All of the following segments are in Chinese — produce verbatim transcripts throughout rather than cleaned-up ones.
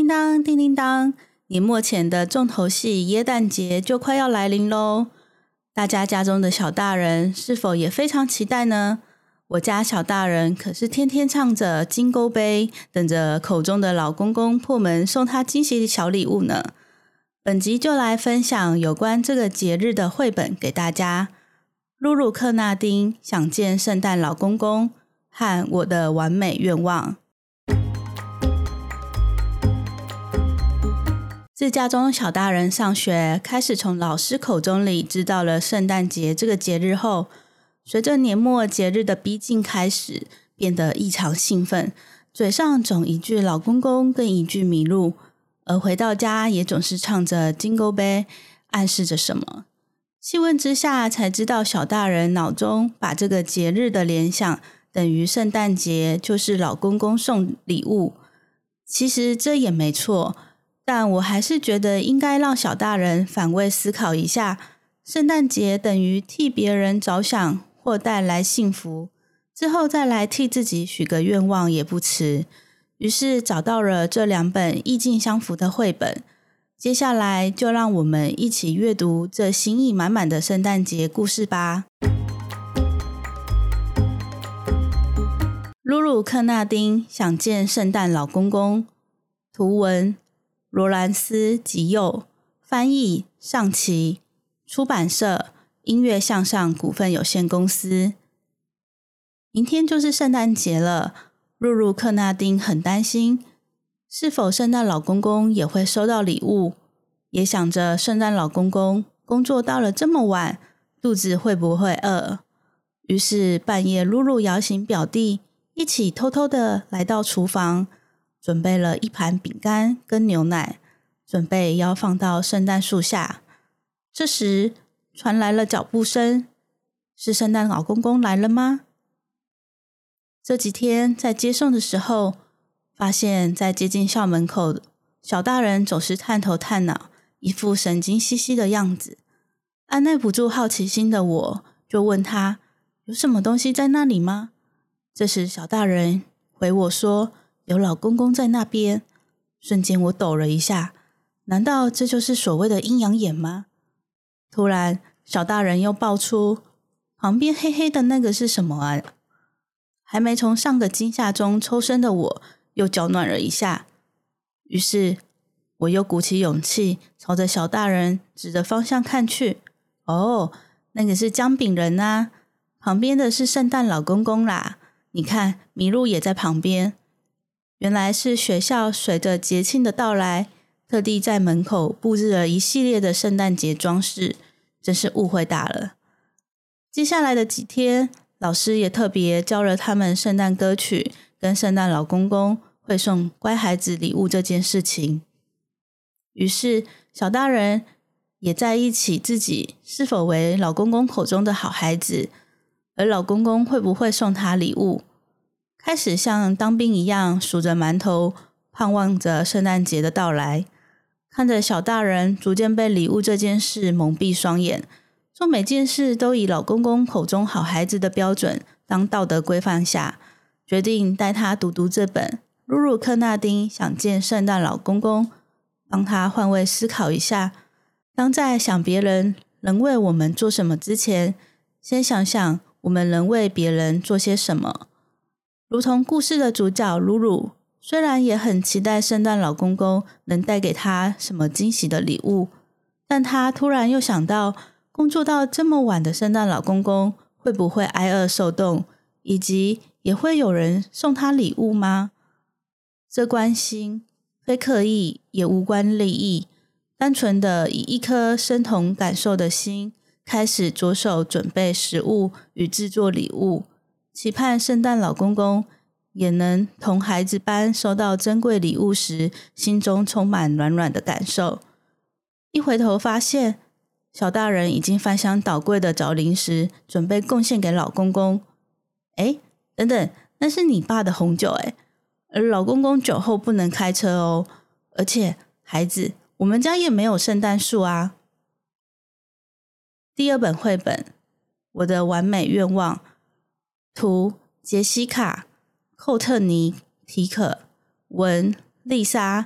当，叮叮当，年末前的重头戏耶诞节就快要来临咯。大家家中的小大人是否也非常期待呢？我家小大人可是天天唱着金钩杯，等着口中的老公公破门送他惊喜的小礼物呢。本集就来分享有关这个节日的绘本给大家。露露克纳丁想见圣诞老公公和我的完美愿望。自家中小大人上学，开始从老师口中里知道了圣诞节这个节日后，随着年末节日的逼近开始，变得异常兴奋，嘴上总一句老公公跟一句麋鹿，而回到家也总是唱着金钩杯，暗示着什么。细问之下才知道，小大人脑中把这个节日的联想等于圣诞节就是老公公送礼物。其实这也没错，但我还是觉得应该让小大人反位思考一下，圣诞节等于替别人着想或带来幸福，之后再来替自己许个愿望也不迟。于是找到了这两本意境相符的绘本，接下来就让我们一起阅读这心意满满的圣诞节故事吧。露露克纳丁想见圣诞老公公，图文罗兰斯吉佑，翻译上期，出版社音乐向上股份有限公司。明天就是圣诞节了，露露克纳丁很担心，是否圣诞老公公也会收到礼物，也想着圣诞老公公工作到了这么晚，肚子会不会饿。于是半夜露露摇醒表弟，一起偷偷的来到厨房，准备了一盘饼干跟牛奶，准备要放到圣诞树下。这时传来了脚步声，是圣诞老公公来了吗？这几天在接送的时候，发现在接近校门口，小大人总是探头探脑，一副神经兮兮的样子。按耐不住好奇心的我，就问他，有什么东西在那里吗？这时小大人回我说，有老公公在那边。瞬间我抖了一下，难道这就是所谓的阴阳眼吗？突然小大人又爆出，旁边黑黑的那个是什么啊？还没从上个惊吓中抽身的我又脚暖了一下，于是我又鼓起勇气朝着小大人指着方向看去。哦，那个是姜饼人啊，旁边的是圣诞老公公啦，你看麋鹿也在旁边。原来是学校随着节庆的到来，特地在门口布置了一系列的圣诞节装饰，真是误会大了。接下来的几天，老师也特别教了他们圣诞歌曲跟圣诞老公公会送乖孩子礼物这件事情。于是小大人也在一起自己是否为老公公口中的好孩子，而老公公会不会送他礼物，开始像当兵一样数着馒头，盼望着圣诞节的到来。看着小大人逐渐被礼物这件事蒙蔽双眼，做每件事都以老公公口中好孩子的标准当道德规范下，决定带他读读这本露露克纳丁想见圣诞老公公，帮他换位思考一下，当在想别人能为我们做什么之前，先想想我们能为别人做些什么。如同故事的主角露露，虽然也很期待圣诞老公公能带给他什么惊喜的礼物，但他突然又想到，工作到这么晚的圣诞老公公会不会挨饿受冻，以及也会有人送他礼物吗？这关心非刻意也无关利益，单纯的以一颗身同感受的心，开始着手准备食物与制作礼物，期盼圣诞老公公也能同孩子般收到珍贵礼物时，心中充满暖暖的感受。一回头发现，小大人已经翻箱倒柜的找零食，准备贡献给老公公。诶，等等，那是你爸的红酒诶，而老公公酒后不能开车哦。而且，孩子，我们家也没有圣诞树啊。第二本绘本，我的完美愿望，图杰西卡·寇特尼提可，文丽莎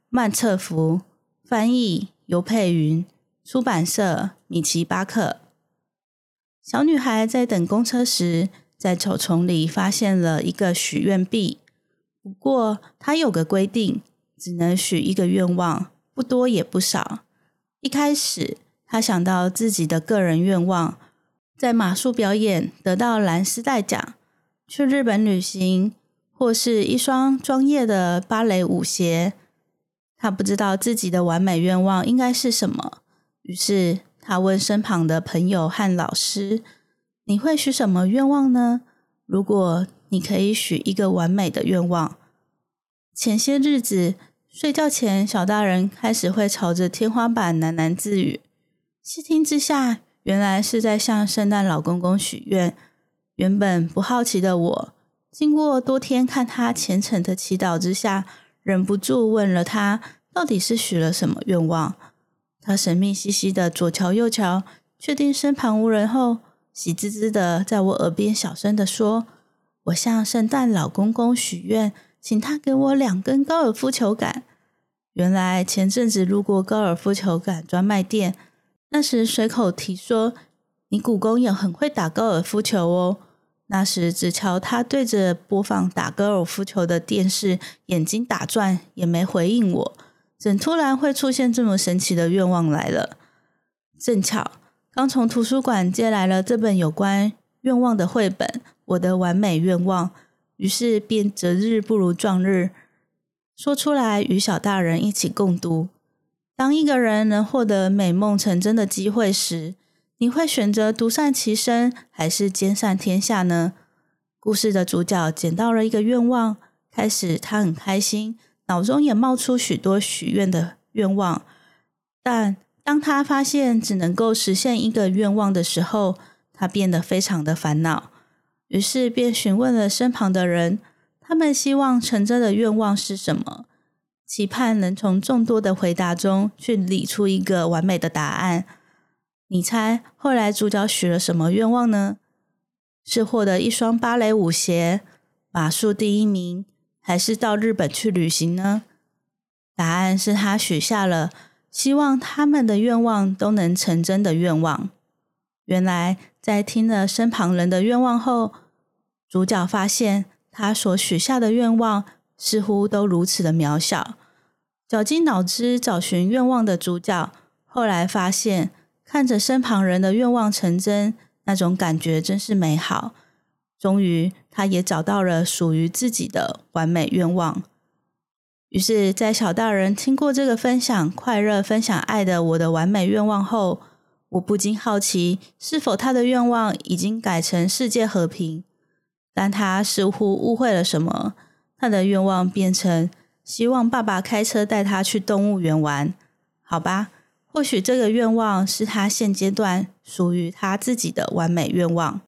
曼彻福，翻译尤佩云，出版社米奇巴克。小女孩在等公车时，在草丛里发现了一个许愿币，不过她有个规定，只能许一个愿望，不多也不少。一开始她想到自己的个人愿望，在马术表演得到蓝丝带奖，去日本旅行，或是一双专业的芭蕾舞鞋。她不知道自己的完美愿望应该是什么，于是她问身旁的朋友和老师，你会许什么愿望呢？如果你可以许一个完美的愿望。前些日子睡觉前，小大人开始会朝着天花板喃喃自语，细听之下，原来是在向圣诞老公公许愿。原本不好奇的我，经过多天看他虔诚的祈祷之下，忍不住问了他到底是许了什么愿望。他神秘兮兮的左瞧右瞧，确定身旁无人后，喜滋滋的在我耳边小声的说，我向圣诞老公公许愿，请他给我两根高尔夫球杆。原来前阵子路过高尔夫球杆专卖店，那时随口提说，你姑公也很会打高尔夫球哦。那时只瞧他对着播放打高尔夫球的电视眼睛打转，也没回应我，怎突然会出现这么神奇的愿望来了。正巧刚从图书馆借来了这本有关愿望的绘本《我的完美愿望》，于是便择日不如撞日，说出来与小大人一起共读。当一个人能获得美梦成真的机会时，你会选择独善其身还是兼善天下呢？故事的主角捡到了一个愿望，开始他很开心，脑中也冒出许多许愿的愿望，但当他发现只能够实现一个愿望的时候，他变得非常的烦恼，于是便询问了身旁的人，他们希望成真的愿望是什么，期盼能从众多的回答中去理出一个完美的答案。你猜后来主角许了什么愿望呢？是获得一双芭蕾舞鞋、马术第一名，还是到日本去旅行呢？答案是他许下了希望他们的愿望都能成真的愿望。原来在听了身旁人的愿望后，主角发现他所许下的愿望似乎都如此的渺小。绞尽脑汁找寻愿望的主角，后来发现看着身旁人的愿望成真，那种感觉真是美好。终于他也找到了属于自己的完美愿望。于是在小大人听过这个分享快乐分享爱的我的完美愿望后，我不禁好奇，是否他的愿望已经改成世界和平？但他似乎误会了什么，他的愿望变成希望爸爸开车带他去动物园玩。好吧，或许这个愿望是他现阶段属于他自己的完美愿望。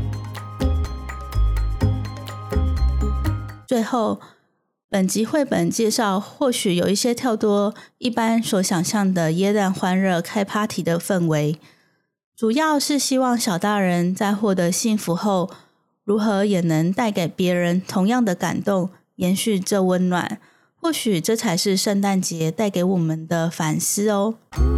最后，本集绘本介绍或许有一些跳脱一般所想象的耶诞欢热开 party 的氛围，主要是希望小大人在获得幸福后，如何也能带给别人同样的感动，延续这温暖。或许这才是圣诞节带给我们的反思哦。